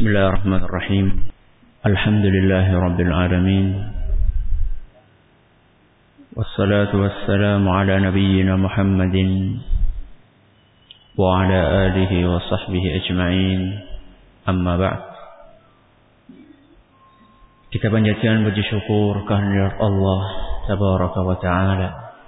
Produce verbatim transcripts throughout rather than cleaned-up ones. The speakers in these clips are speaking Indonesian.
Bismillahirrahmanirrahim. Alhamdulillahirabbil alamin. Wassalatu wassalamu ala nabiyyina Muhammadin wa ala alihi wa sahbihi ajma'in. Amma ba'd. Kita panjatkan puji syukur kehadirat Allah tabaraka wa ta'ala.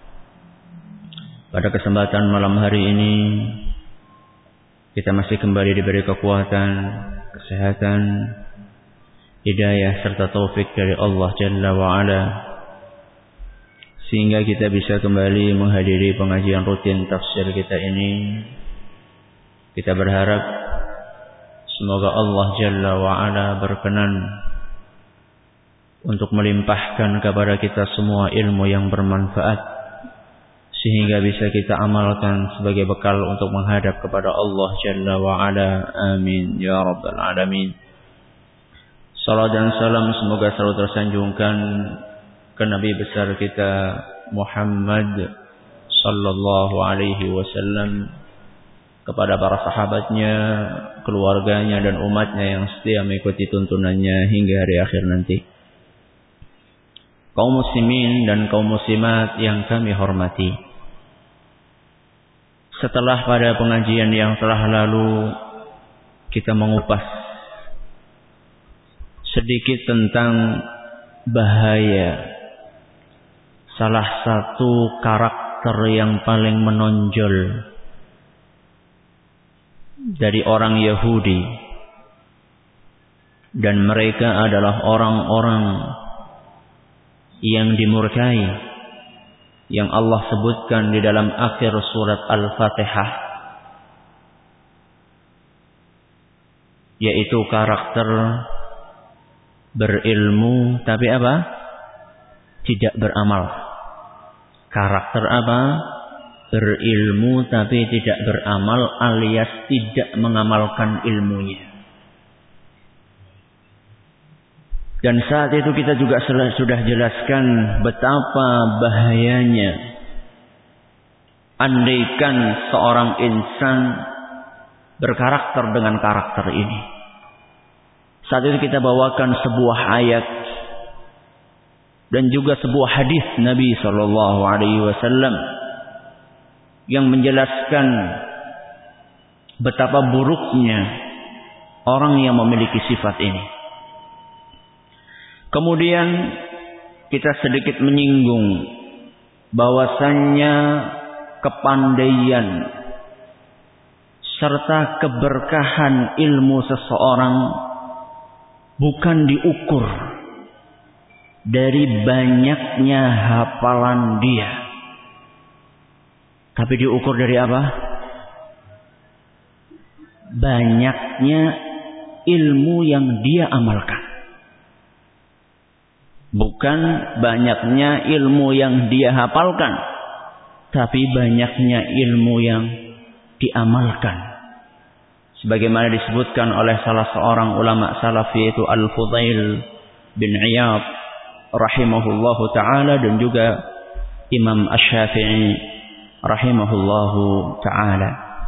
Pada kesempatan malam hari ini kita masih kembali diberi kekuatan, kesehatan, hidayah serta taufik dari Allah Jalla wa Ala, sehingga kita bisa kembali menghadiri pengajian rutin tafsir kita ini. Kita berharap semoga Allah Jalla wa Ala berkenan untuk melimpahkan kepada kita semua ilmu yang bermanfaat, sehingga bisa kita amalkan sebagai bekal untuk menghadap kepada Allah Jalla wa Ala. Amin ya rabbal alamin. Salam dan salam semoga selalu tersanjungkan ke Nabi besar kita Muhammad sallallahu alaihi wasallam, kepada para sahabatnya, keluarganya dan umatnya yang setia mengikuti tuntunannya hingga hari akhir nanti. Kaum muslimin dan kaum muslimat yang kami hormati, setelah pada pengajian yang telah lalu kita mengupas sedikit tentang bahaya salah satu karakter yang paling menonjol dari orang Yahudi, dan mereka adalah orang-orang yang dimurkai, yang Allah sebutkan di dalam akhir surat Al-Fatihah, yaitu karakter berilmu tapi apa? Tidak beramal. Karakter apa? Berilmu tapi tidak beramal, alias tidak mengamalkan ilmunya. Dan saat itu kita juga sudah jelaskan betapa bahayanya andaikan seorang insan berkarakter dengan karakter ini. Saat itu kita bawakan sebuah ayat dan juga sebuah hadis Nabi sallallahu alaihi wasallam yang menjelaskan betapa buruknya orang yang memiliki sifat ini. Kemudian kita sedikit menyinggung bahwasannya kepandaian serta keberkahan ilmu seseorang bukan diukur dari banyaknya hafalan dia, tapi diukur dari apa? Banyaknya ilmu yang dia amalkan. Bukan banyaknya ilmu yang dia hafalkan, tapi banyaknya ilmu yang diamalkan. Sebagaimana disebutkan oleh salah seorang ulama salaf, yaitu Al-Fudail bin Iyad rahimahullahu ta'ala, dan juga Imam Asy-Syafi'i rahimahullahu ta'ala.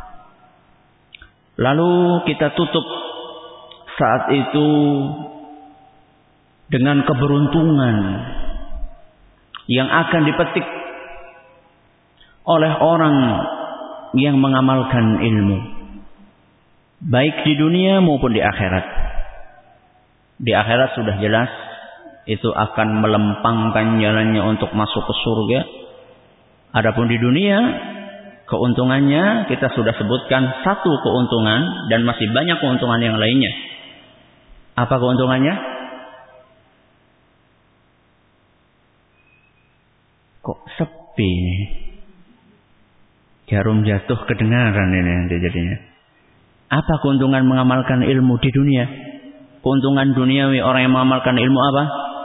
Lalu kita tutup saat itu dengan keberuntungan yang akan dipetik oleh orang yang mengamalkan ilmu, baik di dunia maupun di akhirat. Di akhirat sudah jelas itu akan melempangkan jalannya untuk masuk ke surga. Adapun di dunia, keuntungannya kita sudah sebutkan satu keuntungan, dan masih banyak keuntungan yang lainnya. Apa keuntungannya? Kok sepi nih? Jarum jatuh kedengaran ini nanti jadinya. Apa keuntungan mengamalkan ilmu di dunia? Keuntungan duniawi orang yang mengamalkan ilmu apa?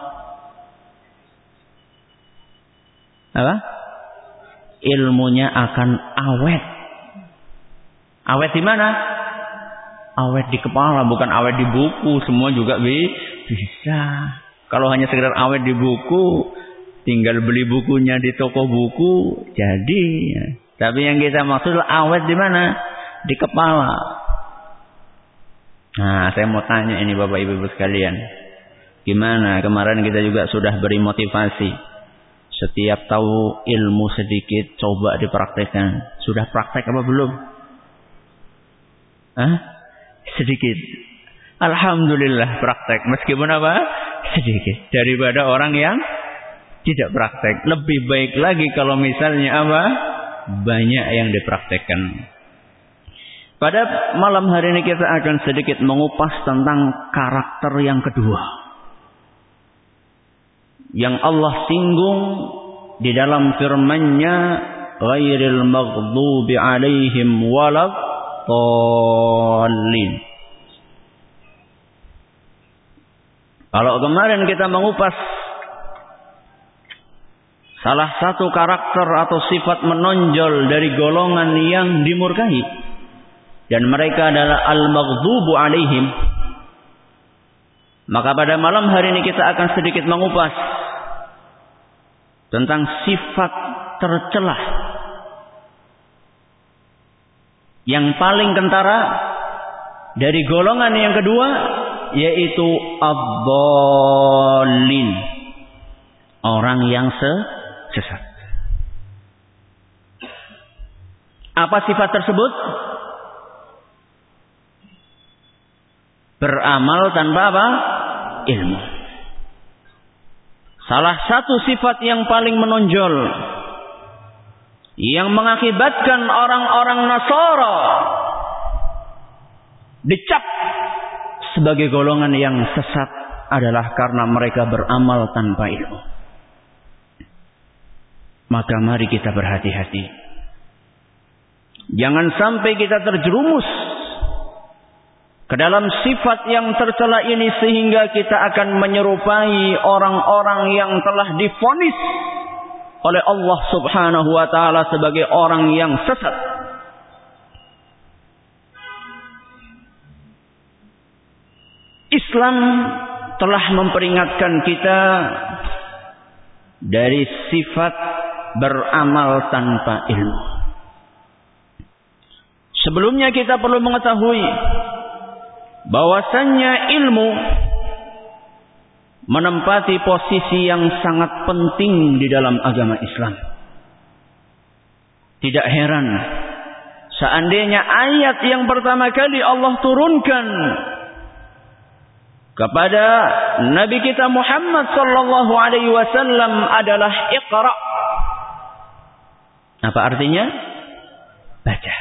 Apa? Ilmunya akan awet. Awet di mana? Awet di kepala, bukan awet di buku. Semua juga bisa. Kalau hanya sekedar awet di buku, tinggal beli bukunya di toko buku, jadi. Tapi yang kita maksud awet di mana? Di kepala. Nah, saya mau tanya ini Bapak Ibu sekalian. Gimana? Kemarin kita juga sudah beri motivasi. Setiap tahu ilmu sedikit, coba dipraktekkan. Sudah praktek apa belum? Hah? Sedikit. Alhamdulillah praktek. Meskipun apa? Sedikit. Daripada orang yang tidak praktek. Lebih baik lagi kalau misalnya apa? Banyak yang dipraktekkan. Pada malam hari ini kita akan sedikit mengupas tentang karakter yang kedua. Yang Allah singgung di dalam firman-Nya, ghairil maghdubi alaihim waladdallin. Kalau kemarin kita mengupas salah satu karakter atau sifat menonjol dari golongan yang dimurkai, dan mereka adalah al-maghdubu alaihim, maka pada malam hari ini kita akan sedikit mengupas tentang sifat tercela yang paling kentara dari golongan yang kedua, yaitu ad-dallin, orang yang sesat. Apa sifat tersebut? Beramal tanpa apa? Ilmu. Salah satu sifat yang paling menonjol yang mengakibatkan orang-orang Nasara dicap sebagai golongan yang sesat adalah karena mereka beramal tanpa ilmu. Maka mari kita berhati-hati. Jangan sampai kita terjerumus ke dalam sifat yang tercela ini sehingga kita akan menyerupai orang-orang yang telah divonis oleh Allah Subhanahu wa taala sebagai orang yang sesat. Islam telah memperingatkan kita dari sifat beramal tanpa ilmu. Sebelumnya kita perlu mengetahui bahwasannya ilmu menempati posisi yang sangat penting di dalam agama Islam. Tidak heran seandainya ayat yang pertama kali Allah turunkan kepada Nabi kita Muhammad sallallahu alaihi wasallam adalah Iqra. Apa artinya? Baca.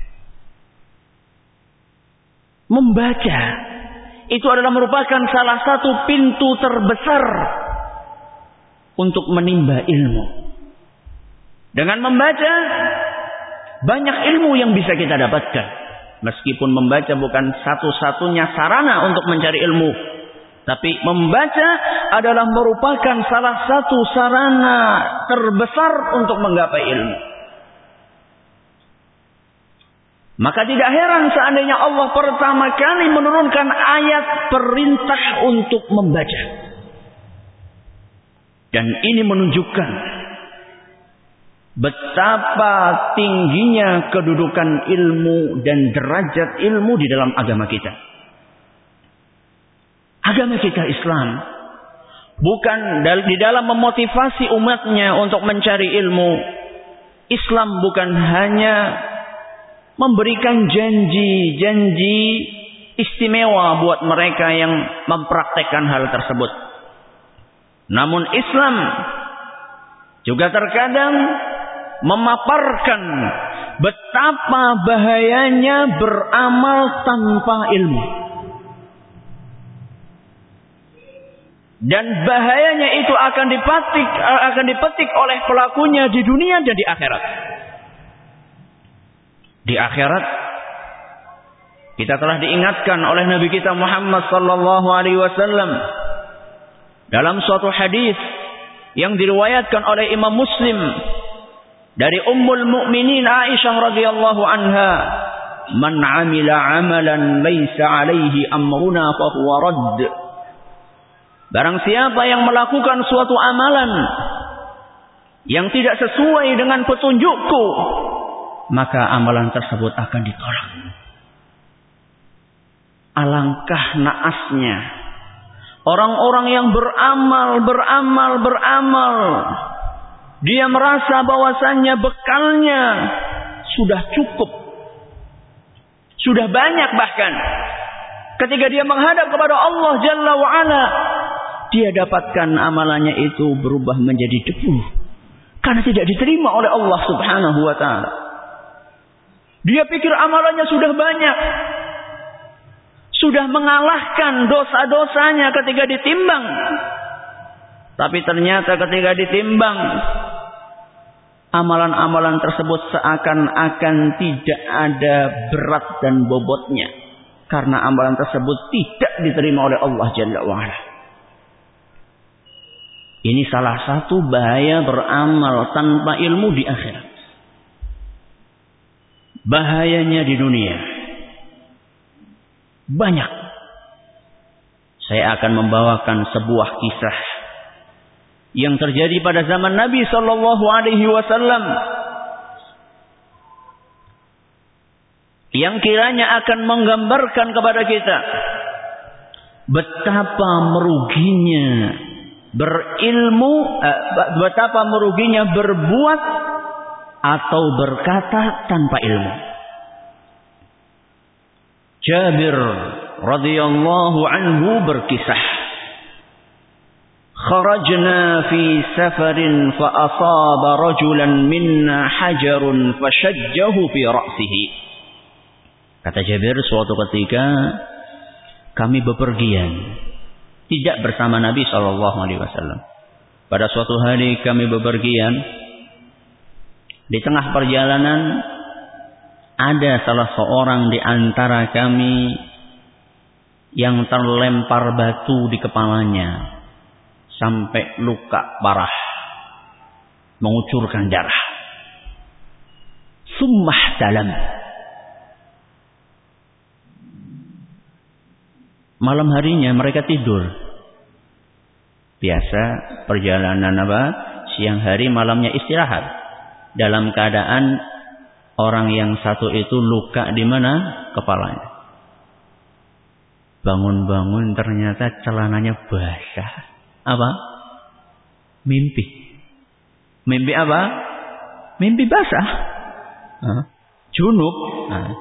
Membaca itu adalah merupakan salah satu pintu terbesar untuk menimba ilmu. Dengan membaca banyak ilmu yang bisa kita dapatkan. Meskipun membaca bukan satu-satunya sarana untuk mencari ilmu, tapi membaca adalah merupakan salah satu sarana terbesar untuk menggapai ilmu. Maka tidak heran seandainya Allah pertama kali menurunkan ayat perintah untuk membaca. Dan ini menunjukkan betapa tingginya kedudukan ilmu dan derajat ilmu di dalam agama kita. Agama kita Islam bukan di dalam memotivasi umatnya untuk mencari ilmu. Islam bukan hanya memberikan janji-janji istimewa buat mereka yang mempraktekkan hal tersebut. Namun Islam juga terkadang memaparkan betapa bahayanya beramal tanpa ilmu. Dan bahayanya itu akan dipetik, akan dipetik oleh pelakunya di dunia dan di akhirat. Di akhirat kita telah diingatkan oleh Nabi kita Muhammad sallallahu alaihi wasallam dalam suatu hadis yang diriwayatkan oleh Imam Muslim dari Ummul Mukminin Aisyah radhiyallahu anha, "Man 'amila 'amalan laisa 'alaihi amruna fa huwa radd." Barang siapa yang melakukan suatu amalan yang tidak sesuai dengan petunjukku, maka amalan tersebut akan ditolak. Alangkah naasnya orang-orang yang beramal, beramal, beramal. Dia merasa bahwasannya bekalnya sudah cukup. Sudah banyak bahkan. Ketika dia menghadap kepada Allah Jalla wa'ala, dia dapatkan amalannya itu berubah menjadi debu. Karena tidak diterima oleh Allah Subhanahu wa ta'ala. Dia pikir amalannya sudah banyak. Sudah mengalahkan dosa-dosanya ketika ditimbang. Tapi ternyata ketika ditimbang, amalan-amalan tersebut seakan-akan tidak ada berat dan bobotnya. Karena amalan tersebut tidak diterima oleh Allah Jalla wa'ala. Ini salah satu bahaya beramal tanpa ilmu di akhirat. Bahayanya di dunia banyak. Saya akan membawakan sebuah kisah yang terjadi pada zaman Nabi Sallallahu Alaihi Wasallam, yang kiranya akan menggambarkan kepada kita betapa meruginya berilmu, eh, betapa meruginya berbuat atau berkata tanpa ilmu. Jabir radhiyallahu anhu berkisah, kharajna fi safarin fa asaba rajulan minna hajarun fashajjahu fi ra'sihi. Kata Jabir, suatu ketika kami bepergian tidak bersama Nabi Shallallahu Alaihi Wasallam. Pada suatu hari kami bepergian, di tengah perjalanan ada salah seorang di antara kami yang terlempar batu di kepalanya sampai luka parah, mengucurkan darah. Summah dalam. Malam harinya mereka tidur. Biasa perjalanan apa? Siang hari, malamnya istirahat. Dalam keadaan orang yang satu itu luka di mana? Kepalanya. Bangun-bangun ternyata celananya basah. Apa? Mimpi. Mimpi apa? Mimpi basah. Hah? Junub. Nah.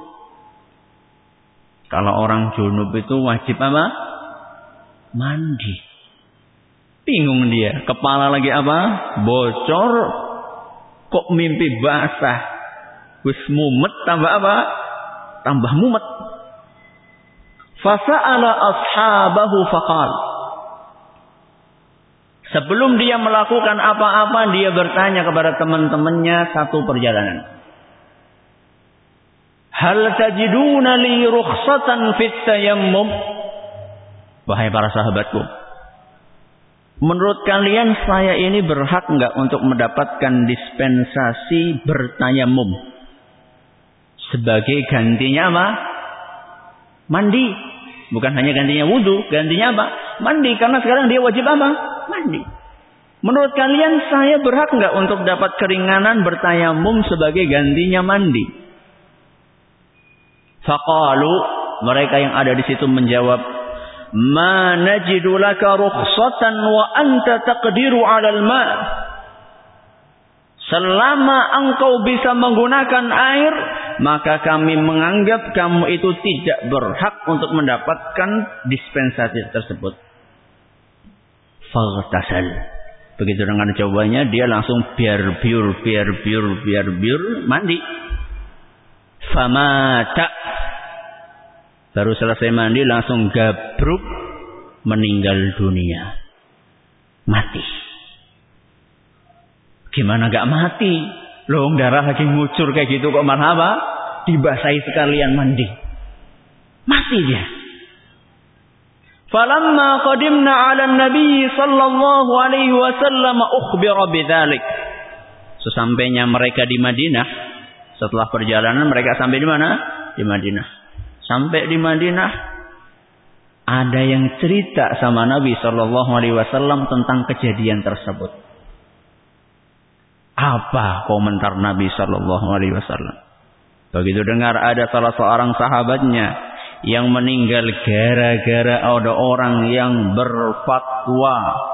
Kalau orang junub itu wajib apa? Mandi. Bingung dia. Kepala lagi apa? Bocor. Kok mimpi basah? Wis mumet tambah apa? Tambah mumet. Fasa'ala ashabahu faqal. Sebelum dia melakukan apa-apa, dia bertanya kepada teman-temannya satu perjalanan. Hal tajiduna li rukhsatan fit tayammum? Wahai para sahabatku, menurut kalian saya ini berhak enggak untuk mendapatkan dispensasi bertayamum? Sebagai gantinya apa? Mandi. Bukan hanya gantinya wudu, gantinya apa? Mandi, karena sekarang dia wajib apa? Mandi. Menurut kalian saya berhak enggak untuk dapat keringanan bertayamum sebagai gantinya mandi? Faqalu, mereka yang ada di situ menjawab, ma najidu laka rukhsatan wa anta taqdiru 'alal ma'. Selama engkau bisa menggunakan air, maka kami menganggap kamu itu tidak berhak untuk mendapatkan dispensasi tersebut. Faghtasal. Begitu dengan jawabannya, dia langsung biar biur biar biur biar biur mandi. Famata. Baru selesai mandi langsung gabruk meninggal dunia. Mati. Gimana gak mati? Loh, darah lagi ngucur kayak gitu kok malah apa? Dibasahi sekalian mandi. Mati dia. Falamma qadimna 'ala an-nabi sallallahu alaihi wasallam ukhbira bidzalik. Sesampainya mereka di Madinah, setelah perjalanan mereka sampai di mana? Di Madinah. Sampai di Madinah, ada yang cerita sama Nabi Shallallahu Alaihi Wasallam tentang kejadian tersebut. Apa komentar Nabi Shallallahu Alaihi Wasallam? Begitu dengar ada salah seorang sahabatnya yang meninggal gara-gara ada orang yang berfatwa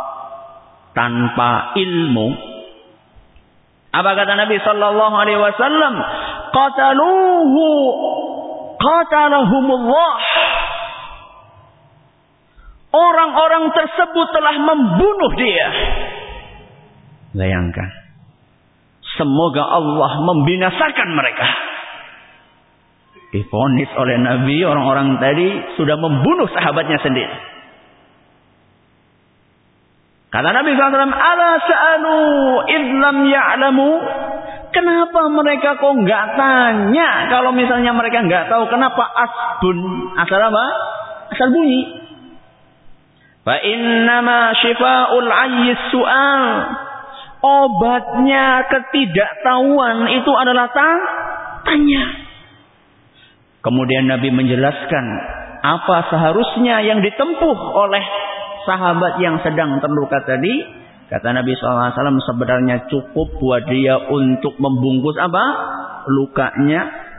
tanpa ilmu. Apa kata Nabi sallallahu alaihi wasallam? Qataluhu qatalahumullah. Orang-orang tersebut telah membunuh dia. Bayangkan. Semoga Allah membinasakan mereka. Divonis oleh Nabi, orang-orang tadi sudah membunuh sahabatnya sendiri. Kata Nabi sallallahu alaihi wasallam, "Ala sa'alu idlam ya'lamu?" Kenapa mereka kok nggak tanya? Kalau misalnya mereka nggak tahu, kenapa asbun? Asal apa? Asal bunyi. Fa innama shifa'ul 'ayyi su'al. Obatnya ketidaktahuan itu adalah tanya. Kemudian Nabi menjelaskan apa seharusnya yang ditempuh oleh sahabat yang sedang terluka tadi. Kata Nabi shallallahu alaihi wasallam, sebenarnya cukup buat dia untuk membungkus apa? Lukanya.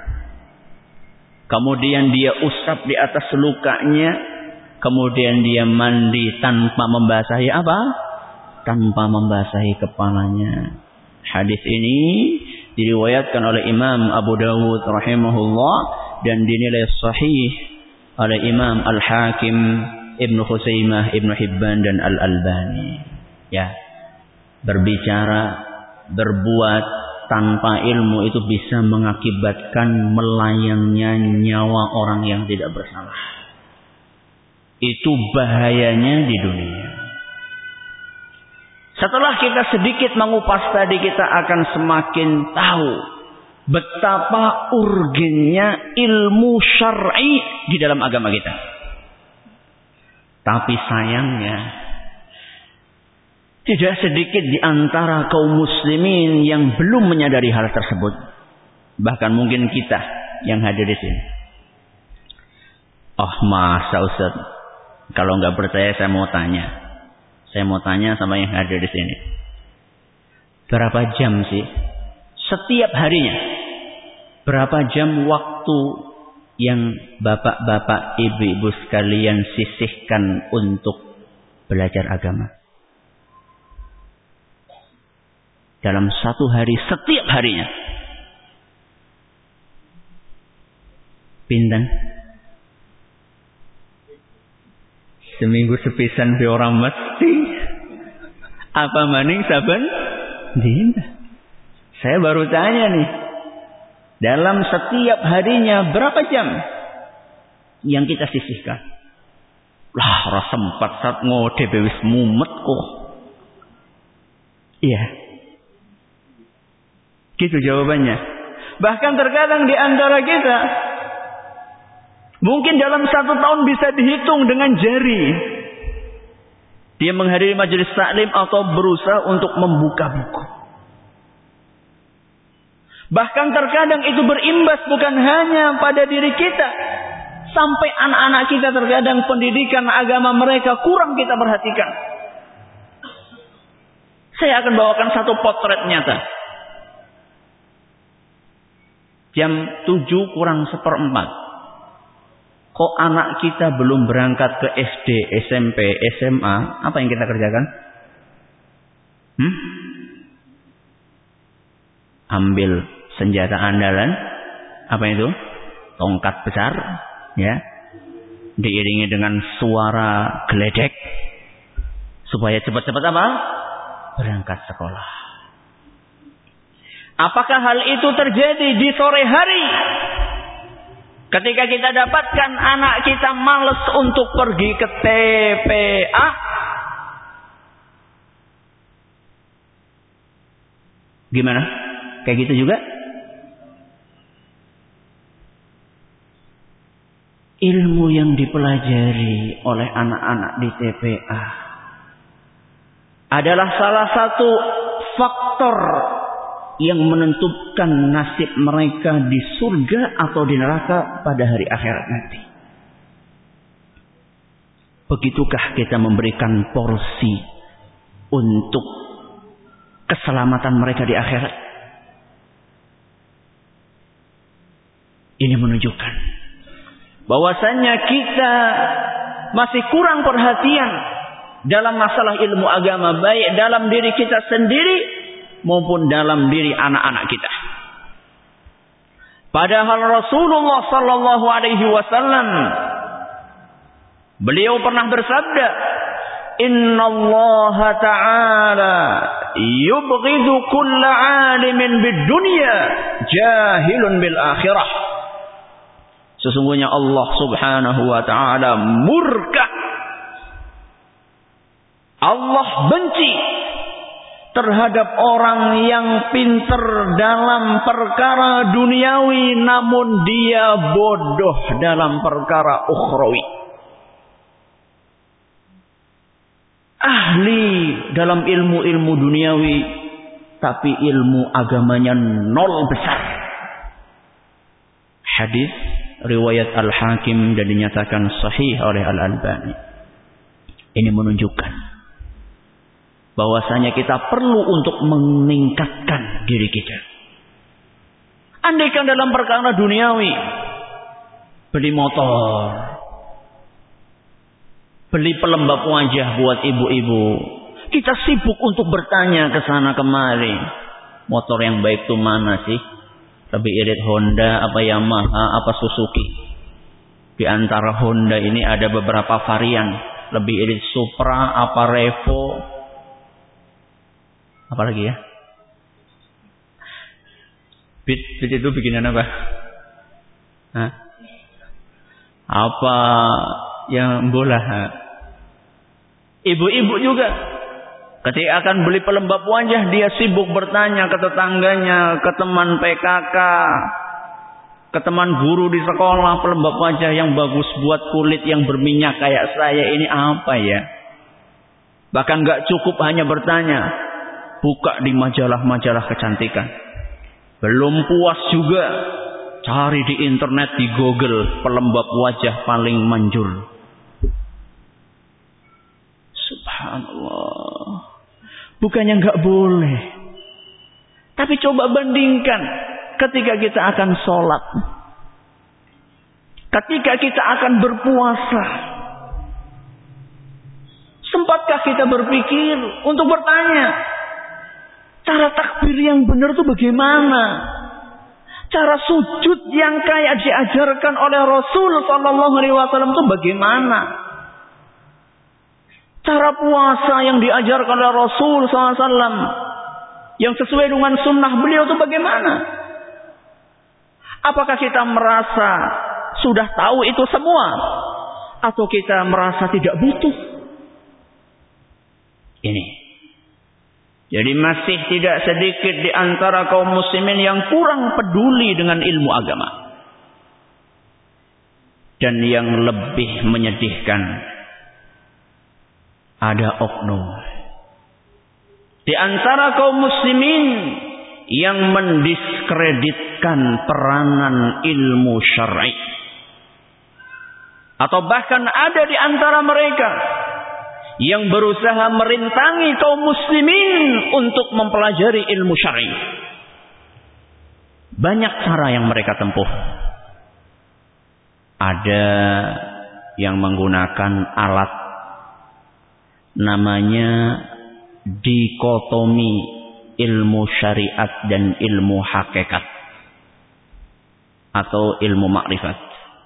Kemudian dia usap di atas lukanya. Kemudian dia mandi tanpa membasahi apa? Tanpa membasahi kepalanya. Hadis ini diriwayatkan oleh Imam Abu Dawud rahimahullah dan dinilai sahih oleh Imam Al-Hakim, Ibnu Khuzaimah, Ibnu Hibban dan Al-Albani. Ya. Berbicara, berbuat tanpa ilmu itu bisa mengakibatkan melayangnya nyawa orang yang tidak bersalah. Itu bahayanya di dunia. Setelah kita sedikit mengupas tadi, kita akan semakin tahu betapa urgennya ilmu syar'i di dalam agama kita. Tapi sayangnya, tidak sedikit di antara kaum muslimin yang belum menyadari hal tersebut. Bahkan mungkin kita yang hadir di sini. Oh, masa Ustaz? Kalau nggak percaya saya mau tanya. Saya mau tanya sama yang hadir di sini. Berapa jam sih setiap harinya? Berapa jam waktu yang bapak-bapak, ibu-ibu sekalian sisihkan untuk belajar agama? Dalam satu hari, setiap harinya. Pinten? Seminggu sepisan di orang mesti. Apa maning saben dina. Saya baru tanya nih. Dalam setiap harinya berapa jam yang kita sisihkan? Lah, rasa sempat saat ngode bewis mumet kok. Iya. Gitu jawabannya. Bahkan terkadang di antara kita mungkin dalam satu tahun bisa dihitung dengan jari. Dia menghadiri majelis taklim atau berusaha untuk membuka buku. Bahkan terkadang itu berimbas bukan hanya pada diri kita. Sampai anak-anak kita terkadang pendidikan agama mereka kurang kita perhatikan. Saya akan bawakan satu potret nyata. Jam tujuh kurang seperempat. Kok anak kita belum berangkat ke S D, S M P, S M A? Apa yang kita kerjakan? Hmm? Ambil senjata andalan. Apa itu? Tongkat besar. Ya. Diiringi dengan suara geledek. Supaya cepat-cepat apa? Berangkat sekolah. Apakah hal itu terjadi di sore hari? Ketika kita dapatkan anak kita malas untuk pergi ke T P A. Gimana? Kayak gitu juga? Ilmu yang dipelajari oleh anak-anak di T P A adalah salah satu faktor yang menentukan nasib mereka di surga atau di neraka pada hari akhirat nanti. Begitukah kita memberikan porsi untuk keselamatan mereka di akhirat? Ini menunjukkan bahwasanya kita masih kurang perhatian dalam masalah ilmu agama, baik dalam diri kita sendiri maupun dalam diri anak-anak kita. Padahal Rasulullah sallallahu alaihi wasallam beliau pernah bersabda, "Innallaha ta'ala yubghidhu kulla 'alimin bid-dunya jahilun bil akhirah." Sesungguhnya Allah Subhanahu wa taala murka. Allah benci terhadap orang yang pintar dalam perkara duniawi namun dia bodoh dalam perkara ukhrawi. Ahli dalam ilmu-ilmu duniawi tapi ilmu agamanya nol besar. Hadis riwayat Al-Hakim dan dinyatakan sahih oleh Al-Albani. Ini menunjukkan bahwasanya kita perlu untuk meningkatkan diri kita. Andaikan dalam perkara duniawi, beli motor, beli pelembab wajah buat ibu-ibu, kita sibuk untuk bertanya ke sana kemari, motor yang baik itu mana sih? Lebih irit Honda, apa Yamaha, apa Suzuki? Di antara Honda ini ada beberapa varian, lebih irit Supra, apa Revo, apa lagi ya? Beat, Beat itu bikinan apa? Hah? Apa yang bola? Ibu-ibu juga ketika akan beli pelembab wajah, dia sibuk bertanya ke tetangganya, ke teman P K K, ke teman guru di sekolah, pelembab wajah yang bagus buat kulit yang berminyak kayak saya ini apa ya? Bahkan gak cukup hanya bertanya, buka di majalah-majalah kecantikan. Belum puas juga, cari di internet, di Google, pelembab wajah paling manjur. Subhanallah. Bukannya nggak boleh, tapi coba bandingkan ketika kita akan sholat, ketika kita akan berpuasa, sempatkah kita berpikir untuk bertanya, cara takbir yang benar itu bagaimana? Cara sujud yang kayak diajarkan oleh Rasul Sallallahu Alaihi Wasallam itu bagaimana? Cara puasa yang diajarkan oleh Rasul Sallallahu Alaihi Wasallam yang sesuai dengan sunnah beliau itu bagaimana? Apakah kita merasa sudah tahu itu semua, atau kita merasa tidak butuh? Ini. Jadi masih tidak sedikit di antara kaum muslimin yang kurang peduli dengan ilmu agama. Dan yang lebih menyedihkan, ada oknum di antara kaum muslimin yang mendiskreditkan peranan ilmu syar'i. Atau bahkan ada di antara mereka yang berusaha merintangi kaum muslimin untuk mempelajari ilmu syar'i. Banyak cara yang mereka tempuh. Ada yang menggunakan alat namanya dikotomi ilmu syariat dan ilmu hakikat atau ilmu makrifat.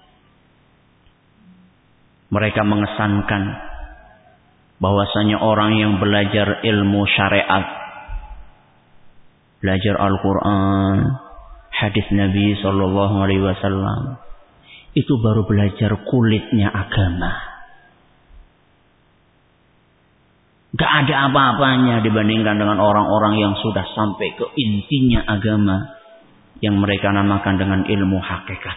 Mereka mengesankan bahwasanya orang yang belajar ilmu syariat, belajar Al-Quran, hadis Nabi Sallallahu Alaihi Wasallam, itu baru belajar kulitnya agama. Gak ada apa-apanya dibandingkan dengan orang-orang yang sudah sampai ke intinya agama, yang mereka namakan dengan ilmu hakikat.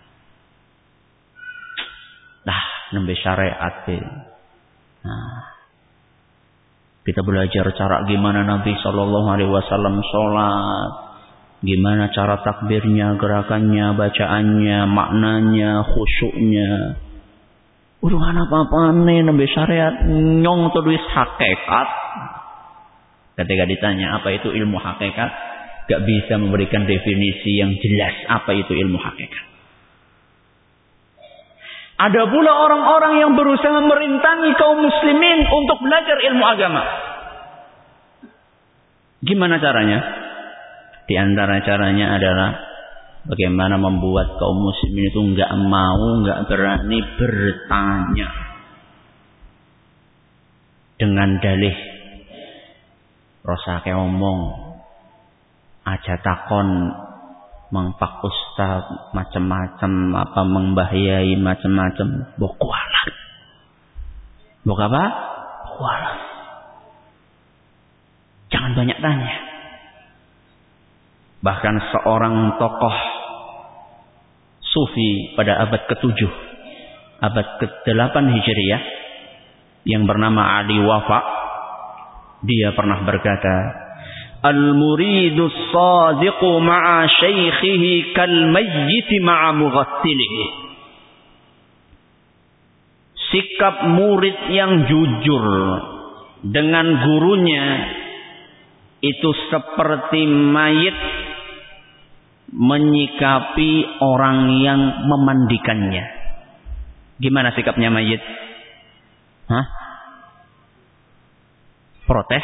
Nah, nembe syariat. Nah, kita belajar cara gimana Nabi Shallallahu Alaihi Wasallam sholat, gimana cara takbirnya, gerakannya, bacaannya, maknanya, khusyuknya. Urusan apa-apa nih nembe syariat nyong tulis hakikat. Ketika ditanya apa itu ilmu hakikat, gak bisa memberikan definisi yang jelas apa itu ilmu hakikat. Ada pula orang-orang yang berusaha merintangi kaum muslimin untuk belajar ilmu agama. Gimana caranya? Di antara caranya adalah bagaimana membuat kaum muslimin itu enggak mau, enggak berani bertanya dengan dalih. Rasa ngomong aja takon mengpak ustaz macam-macam apa membahayai macam-macam bokualat. Bok apa? Bokualat. Jangan banyak tanya. Bahkan seorang tokoh sufi pada abad ketujuh, abad kedelapan Hijriah yang bernama Ali Wafa, dia pernah berkata, Al-muridu as-sadiqu ma'a syaikhihi kal-mayyiti ma'a mughassilihi. Sikap murid yang jujur dengan gurunya itu seperti mayit menyikapi orang yang memandikannya. Gimana sikapnya mayit? Hah? Protes?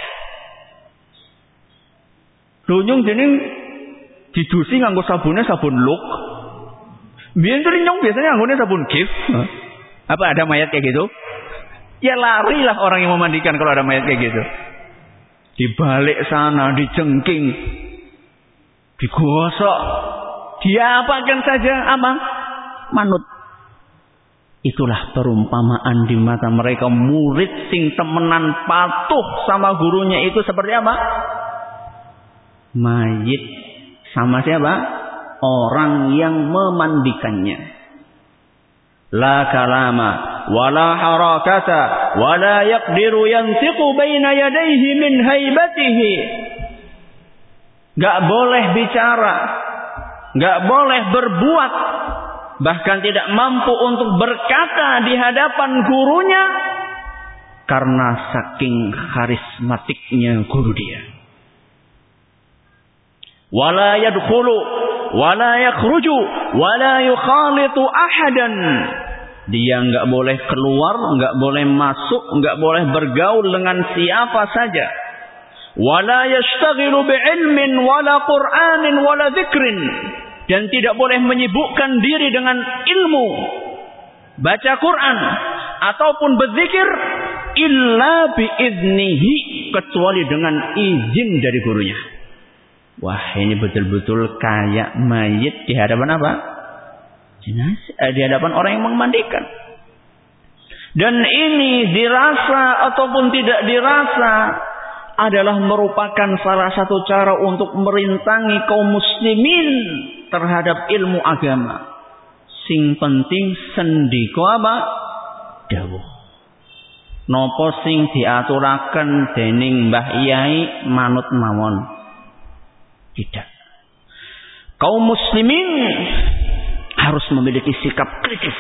Lunyung jening didusi nganggo sabunnya sabun Luk. Biyen tuh nyong biasanya nganggone sabun Gif. Apa ada mayat kayak gitu? Ya larilah orang yang memandikan kalau ada mayat kayak gitu. Dibalik sana, dijengking, digosok, diapakan saja apa? Manut. Itulah perumpamaan di mata mereka. Murid sing temenan patuh sama gurunya itu seperti apa? Mayit sama siapa? Orang yang memandikannya. La kalama wala harakata wala yaqdiru yantiqu baina yadayhi min haibatihi. Gak boleh bicara, gak boleh berbuat, bahkan tidak mampu untuk berkata di hadapan gurunya karena saking karismatiknya guru dia. Wala yadkhulu wala yakhruju wala yukhalitu ahadan. Dia enggak boleh keluar, enggak boleh masuk, enggak boleh bergaul dengan siapa saja. Wala yashtaghilu bi'ilmin wala qur'anin wala dzikrin. Dan tidak boleh menyibukkan diri dengan ilmu, baca Quran ataupun berzikir illa biiznihi, kecuali dengan izin dari gurunya. Wah, ini betul-betul kayak mayit di hadapan apa? Jenazah, eh, di hadapan orang yang memandikan. Dan ini dirasa ataupun tidak dirasa adalah merupakan salah satu cara untuk merintangi kaum muslimin terhadap ilmu agama. Sing penting sendiko apa? Dawuh. Nopo sing diaturaken dening Mbah Yai manut mawon. Tidak. Kaum muslimin harus memiliki sikap kritis.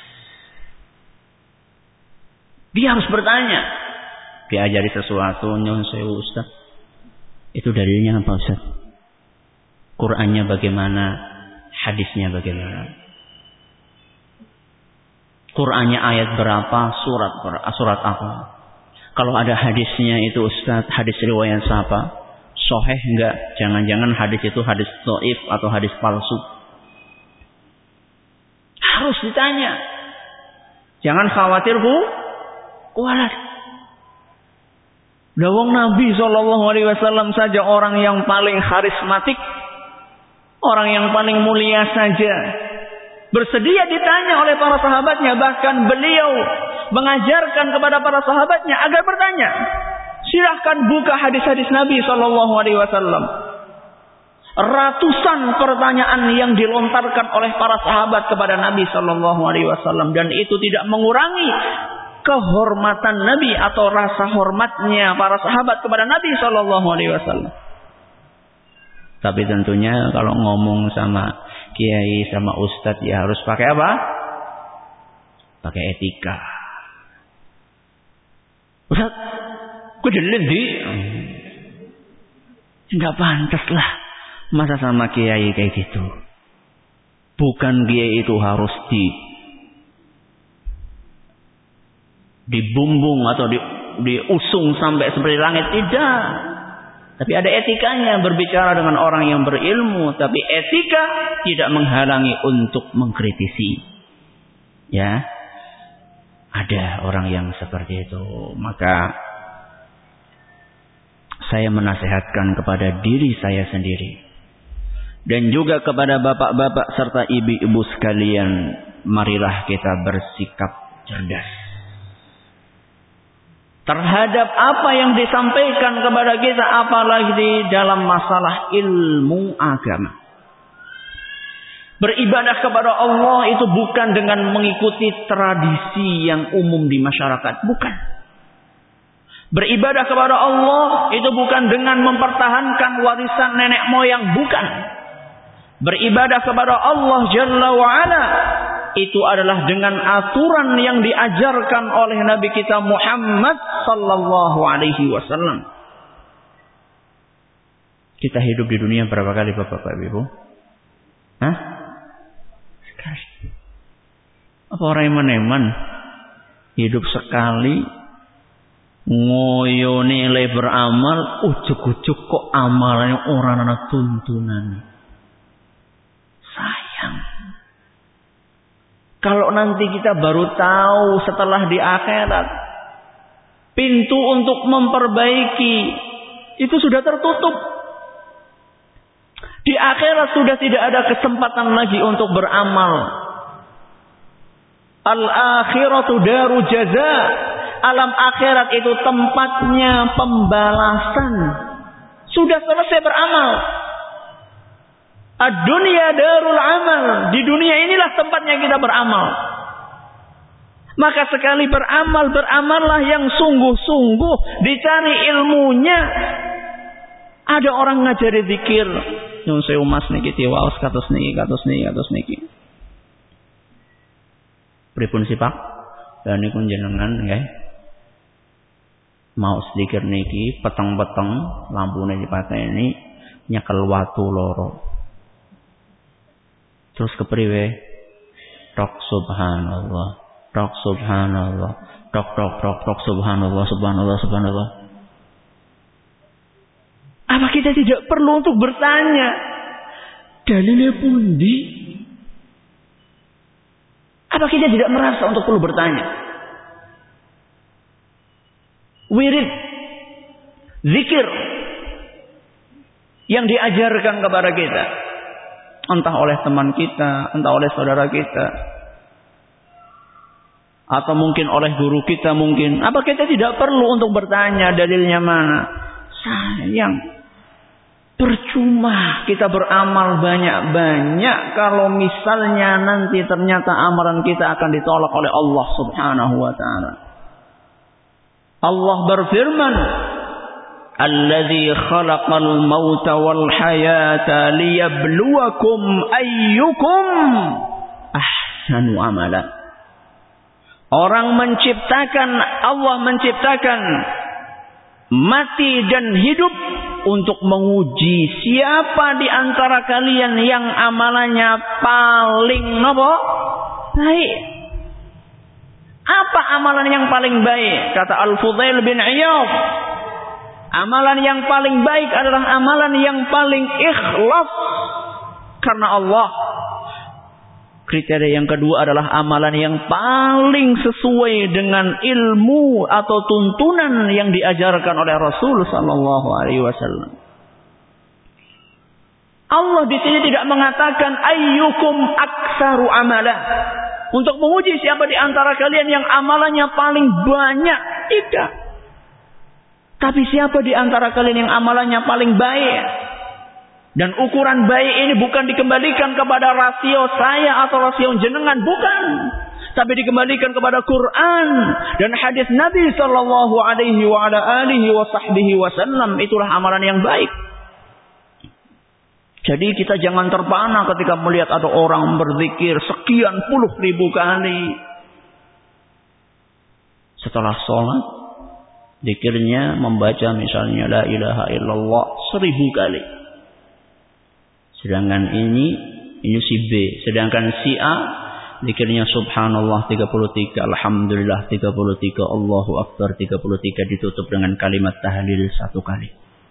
Dia harus bertanya. Diajari sesuatu, nyon sewu Ustaz. Itu dalilnya apa Ustaz? Qur'annya bagaimana? Hadisnya bagaimana? Qur'annya ayat berapa? Surat surat apa? Kalau ada hadisnya itu Ustaz, hadis riwayat siapa? Sahih enggak? Jangan-jangan hadis itu hadis dhaif atau hadis palsu. Harus ditanya. Jangan khawatir bu, kualat. Dawang Nabi Shallallahu Alaihi Wasallam saja orang yang paling karismatik, orang yang paling mulia saja, bersedia ditanya oleh para sahabatnya. Bahkan beliau mengajarkan kepada para sahabatnya agar bertanya. Silahkan buka hadis-hadis Nabi Shallallahu Alaihi Wasallam. Ratusan pertanyaan yang dilontarkan oleh para sahabat kepada Nabi Shallallahu Alaihi Wasallam, dan itu tidak mengurangi kehormatan Nabi atau rasa hormatnya para sahabat kepada Nabi Shallallahu Alaihi Wasallam. Tapi tentunya kalau ngomong sama kiai sama ustadz ya harus pakai apa? Pakai etika. Ustaz, gue di nggak pantas lah masa sama kiai kayak gitu. Bukan kiai itu harus di dibumbung atau di, diusung sampai seperti langit, tidak. Tapi ada etikanya berbicara dengan orang yang berilmu, tapi etika tidak menghalangi untuk mengkritisi. Ya. Ada orang yang seperti itu. Maka saya menasihatkan kepada diri saya sendiri dan juga kepada bapak-bapak serta ibu-ibu sekalian, marilah kita bersikap cerdas terhadap apa yang disampaikan kepada kita, apalagi dalam masalah ilmu agama. Beribadah kepada Allah itu bukan dengan mengikuti tradisi yang umum di masyarakat, bukan. Beribadah kepada Allah itu bukan dengan mempertahankan warisan nenek moyang, bukan. Beribadah kepada Allah Jalla wa'ala itu adalah dengan aturan yang diajarkan oleh Nabi kita Muhammad sallallahu alaihi wasallam. Kita hidup di dunia berapa kali Bapak-bapak Ibu? Hah? Sekali. Apa orang eman-eman hidup sekali, ngoyone le beramal, ujuk-ujuk kok amalannya orang anak tuntunan. Sayang. Kalau nanti kita baru tahu setelah di akhirat, pintu untuk memperbaiki itu sudah tertutup. Di akhirat sudah tidak ada kesempatan lagi untuk beramal. Al-akhiratu daru jaza. Alam akhirat itu tempatnya pembalasan. Sudah selesai beramal. Ad-dunya darul amal. Di dunia inilah tempatnya kita beramal. Maka sekali beramal, beramallah yang sungguh-sungguh. Dicari ilmunya. Ada orang ngajari zikir. Nyun sewu mas niki tiwaos kados niki, kados niki, kados niki. Pripun sih Pak? Dan niku jenengan nggih. Mau sedikit niki peteng-peteng lampune dipateni nyekel watu loro. Terus kepriwe? Tok subhanallah, tok subhanallah, tok tok tok tok subhanallah, subhanallah, subhanallah. Apa kita tidak perlu untuk bertanya dalilnya pundi? Apa kita tidak merasa untuk perlu bertanya? Wirid, zikir yang diajarkan kepada kita, entah oleh teman kita, entah oleh saudara kita, atau mungkin oleh guru kita mungkin. Apa kita tidak perlu untuk bertanya dalilnya mana? Sayang. Percuma kita beramal banyak-banyak kalau misalnya nanti ternyata amalan kita akan ditolak oleh Allah Subhanahu wa taala. Allah berfirman, "Allazi khalaqal mauta wal hayata liyabluwakum ayyukum ahsanu amala." Orang menciptakan, Allah menciptakan mati dan hidup untuk menguji siapa di antara kalian yang amalannya paling apa? Baik. Apa amalan yang paling baik? Kata Al-Fudail bin Iyad, amalan yang paling baik adalah amalan yang paling ikhlas karena Allah. Kriteria yang kedua adalah amalan yang paling sesuai dengan ilmu atau tuntunan yang diajarkan oleh Rasul sallallahu alaihi wasallam. Allah di sini tidak mengatakan ayyukum aktsaru amala untuk menguji siapa di antara kalian yang amalannya paling banyak, tidak. Tapi siapa di antara kalian yang amalannya paling baik? Dan ukuran baik ini bukan dikembalikan kepada rasio saya atau rasio jenengan, bukan. Tapi dikembalikan kepada Quran dan hadis Nabi sallallahu alaihi wa ala alihi wa sahbihi wasallam. Itulah amalan yang baik. Jadi kita jangan terpana ketika melihat ada orang berzikir sekian puluh ribu kali. Setelah sholat, zikirnya membaca misalnya la ilaha illallah seribu kali. Sedangkan ini, ini si B. Sedangkan si A, Zikirnya subhanallah tiga puluh tiga, alhamdulillah tiga puluh tiga, Allahu akbar tiga puluh tiga, ditutup dengan kalimat tahlil satu kali.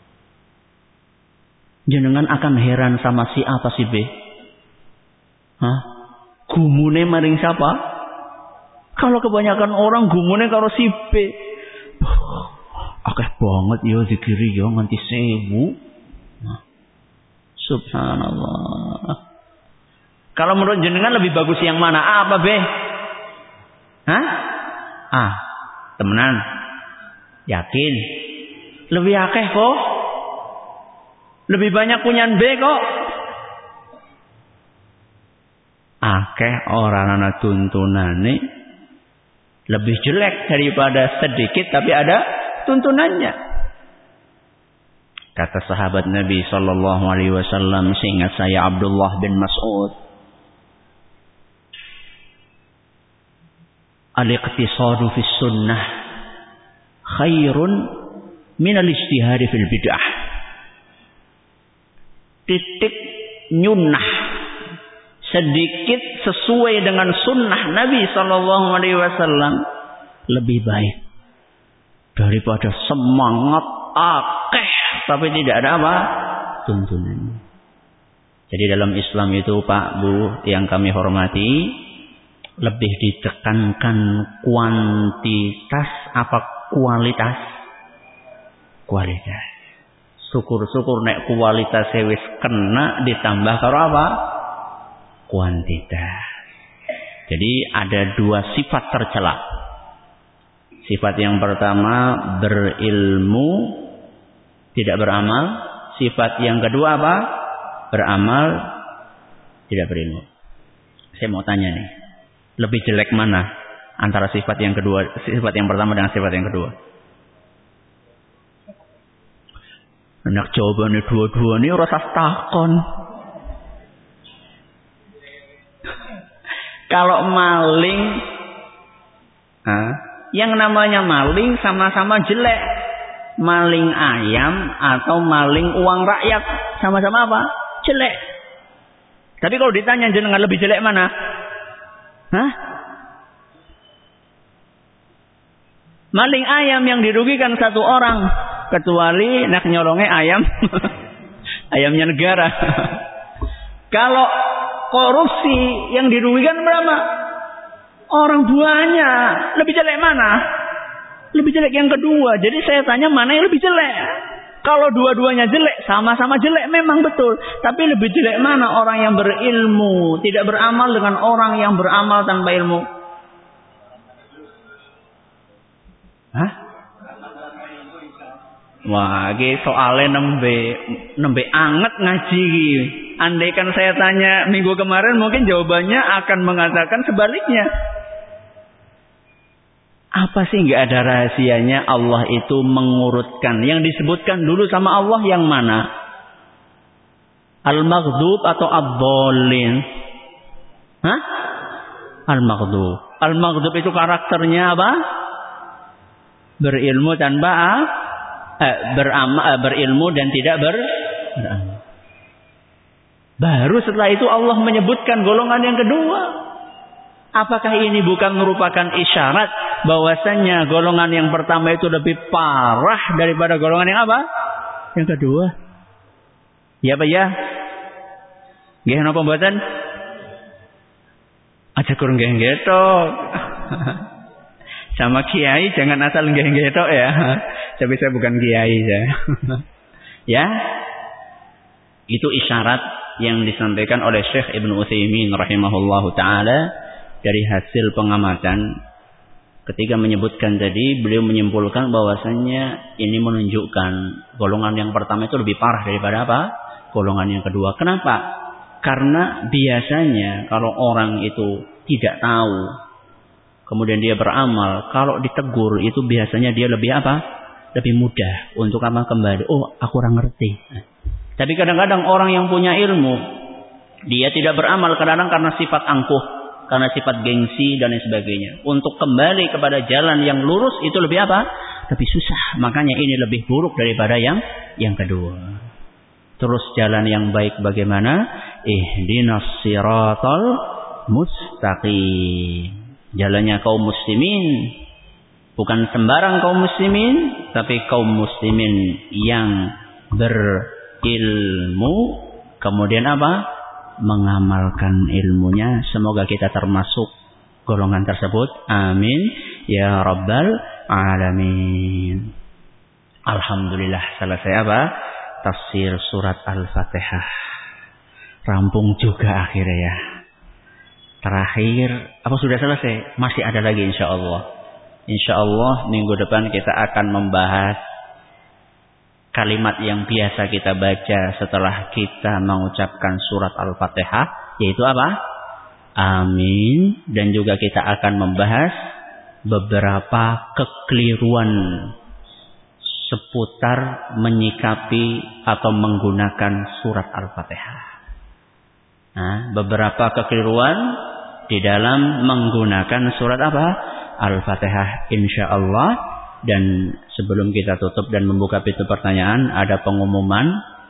Jenengan akan heran sama si A apa si B? Hah? Gumune maring siapa? Kalau kebanyakan orang gumune karo si B. Oh, akeh banget ya zikiri ya nganti sewu. Nah, subhanallah. Kalau menurut jenengan lebih bagus yang mana? A apa B? Hah? A. Temenan. Yakin? Lebih akeh kok. Lebih banyak punya B kok. Akeh orang anak tuntunane lebih jelek daripada sedikit tapi ada tuntunannya. Kata sahabat Nabi sallallahu alaihi wasallam, seingat saya Abdullah bin Mas'ud, al-iqtisadu fis sunnah khairun min al-ijtihadi fil bid'ah. Titik nyunnah sedikit sesuai dengan sunnah Nabi sallallahu alaihi wasallam lebih baik daripada semangat akeh tapi tidak ada apa tuntunan. Jadi dalam Islam itu Pak Bu yang kami hormati, lebih ditekankan kuantitas apa kualitas? Kualitas. Syukur-syukur nek kualitas wis kena ditambah karo apa? Kuantitas. Jadi ada dua sifat tercela. Sifat yang pertama berilmu tidak beramal. Sifat yang kedua apa? Beramal tidak berilmu. Saya mau tanya nih, lebih jelek mana antara sifat yang kedua, sifat yang pertama dengan sifat yang kedua? Enak jawabannya dua-dua ini ora usah takon. Kalau maling, ah, yang namanya maling sama-sama jelek. Maling ayam atau maling uang rakyat sama-sama apa? Jelek. Tapi kalau ditanya jenengan lebih jelek mana? Hah? Maling ayam yang dirugikan satu orang, kecuali nak nyolongnya ayam, ayamnya negara. Kalau korupsi yang dirugikan berapa? Orang buahnya. Lebih jelek mana? Lebih jelek yang kedua. Jadi saya tanya mana yang lebih jelek? Kalau dua-duanya jelek, sama-sama jelek memang betul. Tapi lebih jelek mana orang yang berilmu, tidak beramal dengan orang yang beramal tanpa ilmu? Hah? Wah, ini soalnya nembe nembe anget ngaji. Andaikan saya tanya minggu kemarin, mungkin jawabannya akan mengatakan sebaliknya. Apa sih nggak ada rahasianya Allah itu mengurutkan yang disebutkan dulu sama Allah yang mana? Al-maghdub atau ad-dallin? Hah? Al-maghdub. Al-maghdub itu karakternya apa? Berilmu tanpa eh, beramal, eh, berilmu dan tidak ber beramal. Baru setelah itu Allah menyebutkan golongan yang kedua. Apakah ini bukan merupakan isyarat bahwasannya golongan yang pertama itu lebih parah daripada golongan yang apa? Yang kedua. Ya Pak ya? Nggih napa mboten? Aja kurang nggih getok. Sama kiai jangan asal nggih getok ya. Tapi saya bukan kiai ya. Ya? Itu isyarat yang disampaikan oleh Syekh Ibnu Utsaimin rahimahullahu taala. Dari hasil pengamatan ketika menyebutkan tadi, beliau menyimpulkan bahwasannya ini menunjukkan golongan yang pertama itu lebih parah daripada apa? Golongan yang kedua. Kenapa? Karena biasanya kalau orang itu tidak tahu kemudian dia beramal, kalau ditegur itu biasanya dia lebih apa? Lebih mudah untuk apa kembali. Oh, aku kurang ngerti. Tapi kadang-kadang orang yang punya ilmu, dia tidak beramal kadang-kadang karena sifat angkuh, karena sifat gengsi dan lain sebagainya. Untuk kembali kepada jalan yang lurus itu lebih apa? Lebih susah. Makanya ini lebih buruk daripada yang yang kedua. Terus jalan yang baik bagaimana? Ihdinas siratal mustaqim. Jalannya kaum muslimin bukan sembarang kaum muslimin, tapi kaum muslimin yang berilmu, kemudian apa? Mengamalkan ilmunya. Semoga kita termasuk golongan tersebut. Amin ya rabbal alamin. Alhamdulillah selesai apa? Tafsir surat Al-Fatihah. Rampung juga akhirnya ya. Terakhir, apa sudah selesai? Masih ada lagi insyaallah. Insyaallah minggu depan kita akan membahas kalimat yang biasa kita baca setelah kita mengucapkan surat Al-Fatihah, yaitu apa? Amin. Dan juga kita akan membahas beberapa kekeliruan seputar menyikapi atau menggunakan surat Al-Fatihah. Nah, beberapa kekeliruan di dalam menggunakan surat apa? Al-Fatihah insyaallah. Dan sebelum kita tutup dan membuka pintu pertanyaan, ada pengumuman.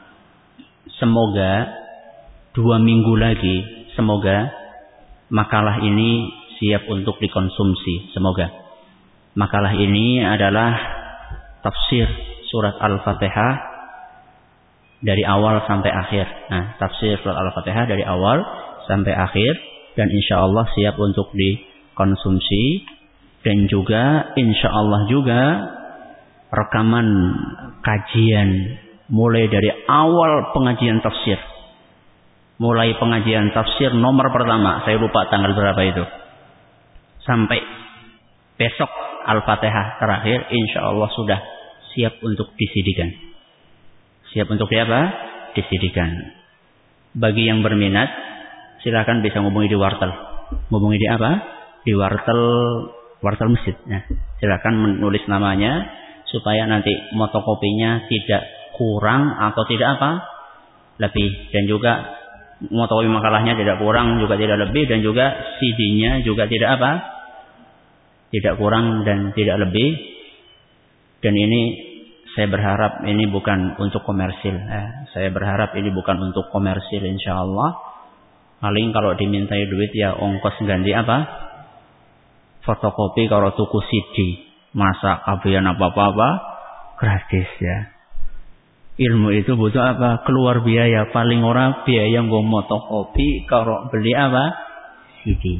Semoga dua minggu lagi, semoga makalah ini siap untuk dikonsumsi. Semoga makalah ini adalah tafsir surat Al-Fatihah dari awal sampai akhir. Nah, tafsir surat Al-Fatihah dari awal sampai akhir, dan insya Allah siap untuk dikonsumsi. Dan juga insya Allah juga rekaman kajian mulai dari awal pengajian tafsir. Mulai pengajian tafsir nomor pertama, saya lupa tanggal berapa itu, sampai besok Al-Fatihah terakhir, insya Allah sudah siap untuk disidikan. Siap untuk apa? Disidikan. Bagi yang berminat, silakan bisa ngomongin di wartel. Ngomongin di apa? Di wartel wartel masjid. Nah, silakan menulis namanya supaya nanti motokopinya tidak kurang atau tidak apa? Lebih. Dan juga motokopi makalahnya tidak kurang juga tidak lebih, dan juga C D-nya juga tidak apa? Tidak kurang dan tidak lebih. Dan ini saya berharap ini bukan untuk komersil. Eh, saya berharap ini bukan untuk komersil insyaallah. Paling kalau dimintai duit ya ongkos ganti apa? Fotokopi kalau tuku C D. Masa kabehan apa-apa gratis ya. Ilmu itu butuh apa? Keluar biaya. Paling ora biaya nggo fotokopi kalau beli apa? C D.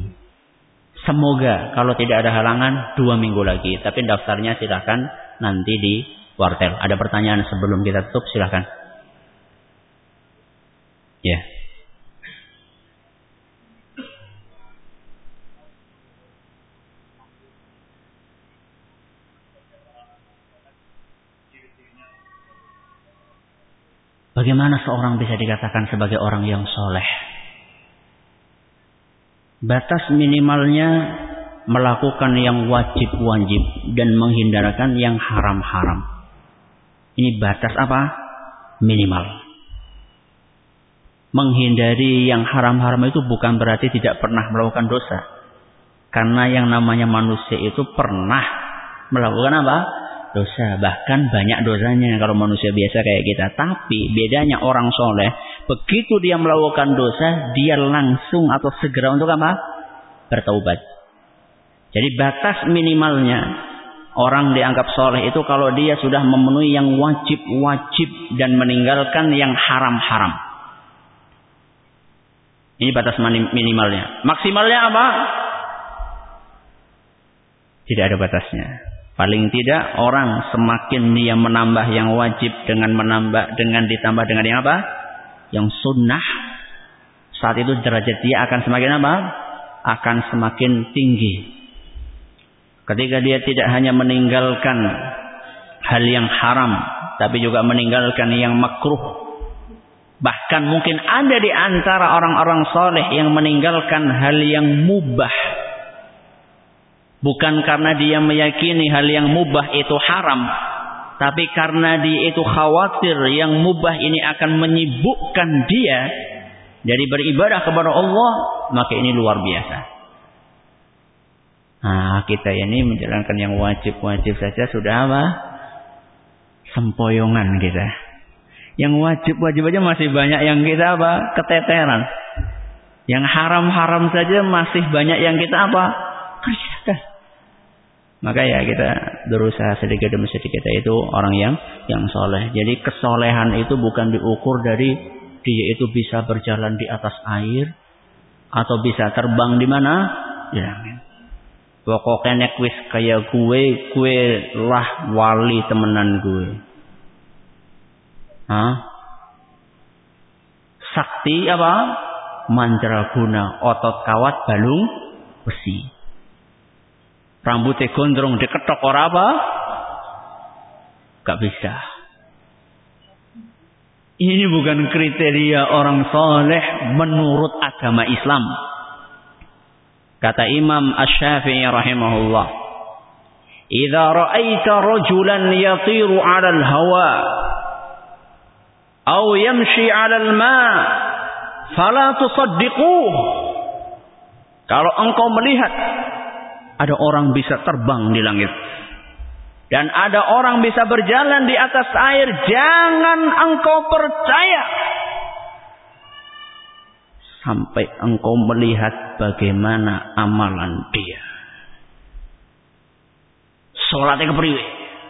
Semoga kalau tidak ada halangan dua minggu lagi. Tapi daftarnya silakan nanti di wartel. Ada pertanyaan sebelum kita tutup, silakan. Ya. Yeah. Bagaimana seorang bisa dikatakan sebagai orang yang soleh? Batas minimalnya melakukan yang wajib-wajib dan menghindarkan yang haram-haram. Ini batas apa? Minimal. Menghindari yang haram-haram itu bukan berarti tidak pernah melakukan dosa. Karena yang namanya manusia itu pernah melakukan apa? Dosa, bahkan banyak dosanya kalau manusia biasa kayak kita. Tapi bedanya orang soleh, begitu dia melakukan dosa, dia langsung atau segera untuk apa? Bertaubat. Jadi batas minimalnya orang dianggap soleh itu kalau dia sudah memenuhi yang wajib-wajib dan meninggalkan yang haram-haram. Ini batas minimalnya. Maksimalnya apa? Tidak ada batasnya. Paling tidak orang semakin dia menambah yang wajib dengan menambah dengan ditambah dengan yang apa? Yang sunnah. Saat itu derajat dia akan semakin apa? Akan semakin tinggi. Ketika dia tidak hanya meninggalkan hal yang haram, tapi juga meninggalkan yang makruh. Bahkan mungkin ada di antara orang-orang soleh yang meninggalkan hal yang mubah. Bukan karena dia meyakini hal yang mubah itu haram, tapi karena dia itu khawatir yang mubah ini akan menyibukkan dia dari beribadah kepada Allah, maka ini luar biasa. Nah, kita ini menjalankan yang wajib-wajib saja sudah apa? Sempoyongan kita. Yang wajib-wajib aja masih banyak yang kita apa? Keteteran. Yang haram-haram saja masih banyak yang kita apa? Kerjakan. Maka ya kita berusaha sedikit demi sedikit, itu orang yang yang soleh. Jadi kesolehan itu bukan diukur dari dia itu bisa berjalan di atas air atau bisa terbang di mana? Di langit. Pokoknya nek wis kaya gue, gue lah wali temenan gue. Hah? Sakti apa? Mandraguna, otot kawat balung besi. Rambutnya gondrong diketok ora apa? Gak bisa. Ini bukan kriteria orang soleh menurut agama Islam. Kata Imam Asy-Syafi'i rahimahullah, "Idza ra'aita rajulan yatiru 'alal hawa aw yamshi 'alal ma' fala tusaddiquh." Kalau engkau melihat ada orang bisa terbang di langit dan ada orang bisa berjalan di atas air, jangan engkau percaya sampai engkau melihat bagaimana amalan dia. Salatnya kepriwe?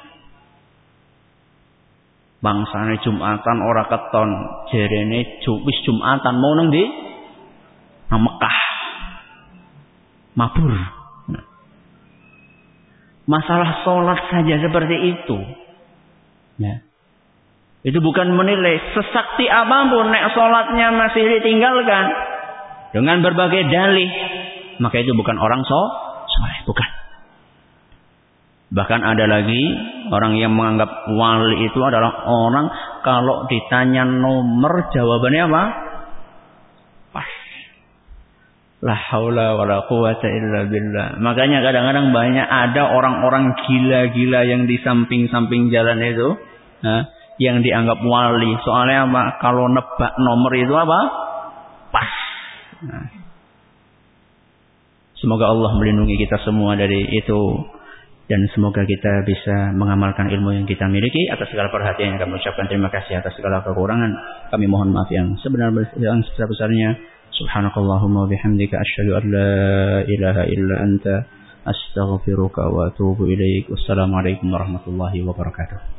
Bangsane Jumatan ora keton, jerene wis Jumatan mau nang ndi? Nang Mekah. Mabur. Nah. Masalah salat saja seperti itu. Ya. Itu bukan menilai sesakti apapun nek salatnya masih ditinggalkan dengan berbagai dalih, maka itu bukan orang so soleh, bukan. Bahkan ada lagi orang yang menganggap wali itu adalah orang kalau ditanya nomor jawabannya apa? Pas. La haula wala quwata illa billah. Makanya kadang-kadang banyak ada orang-orang gila-gila yang di samping-samping jalan itu, nah, yang dianggap wali. Soalnya apa? Kalau nebak nomor itu apa? Pas. Nah. Semoga Allah melindungi kita semua dari itu. Dan semoga kita bisa mengamalkan ilmu yang kita miliki. Atas segala perhatian yang kami ucapkan terima kasih. Atas segala kekurangan kami mohon maaf yang sebenar-benarnya, yang sebesar-besarnya. Subhanakallahumma bihamdika asyhadu an la ilaha illa anta astaghfiruka wa atubu ilaik. Wassalamualaikum warahmatullahi wabarakatuh.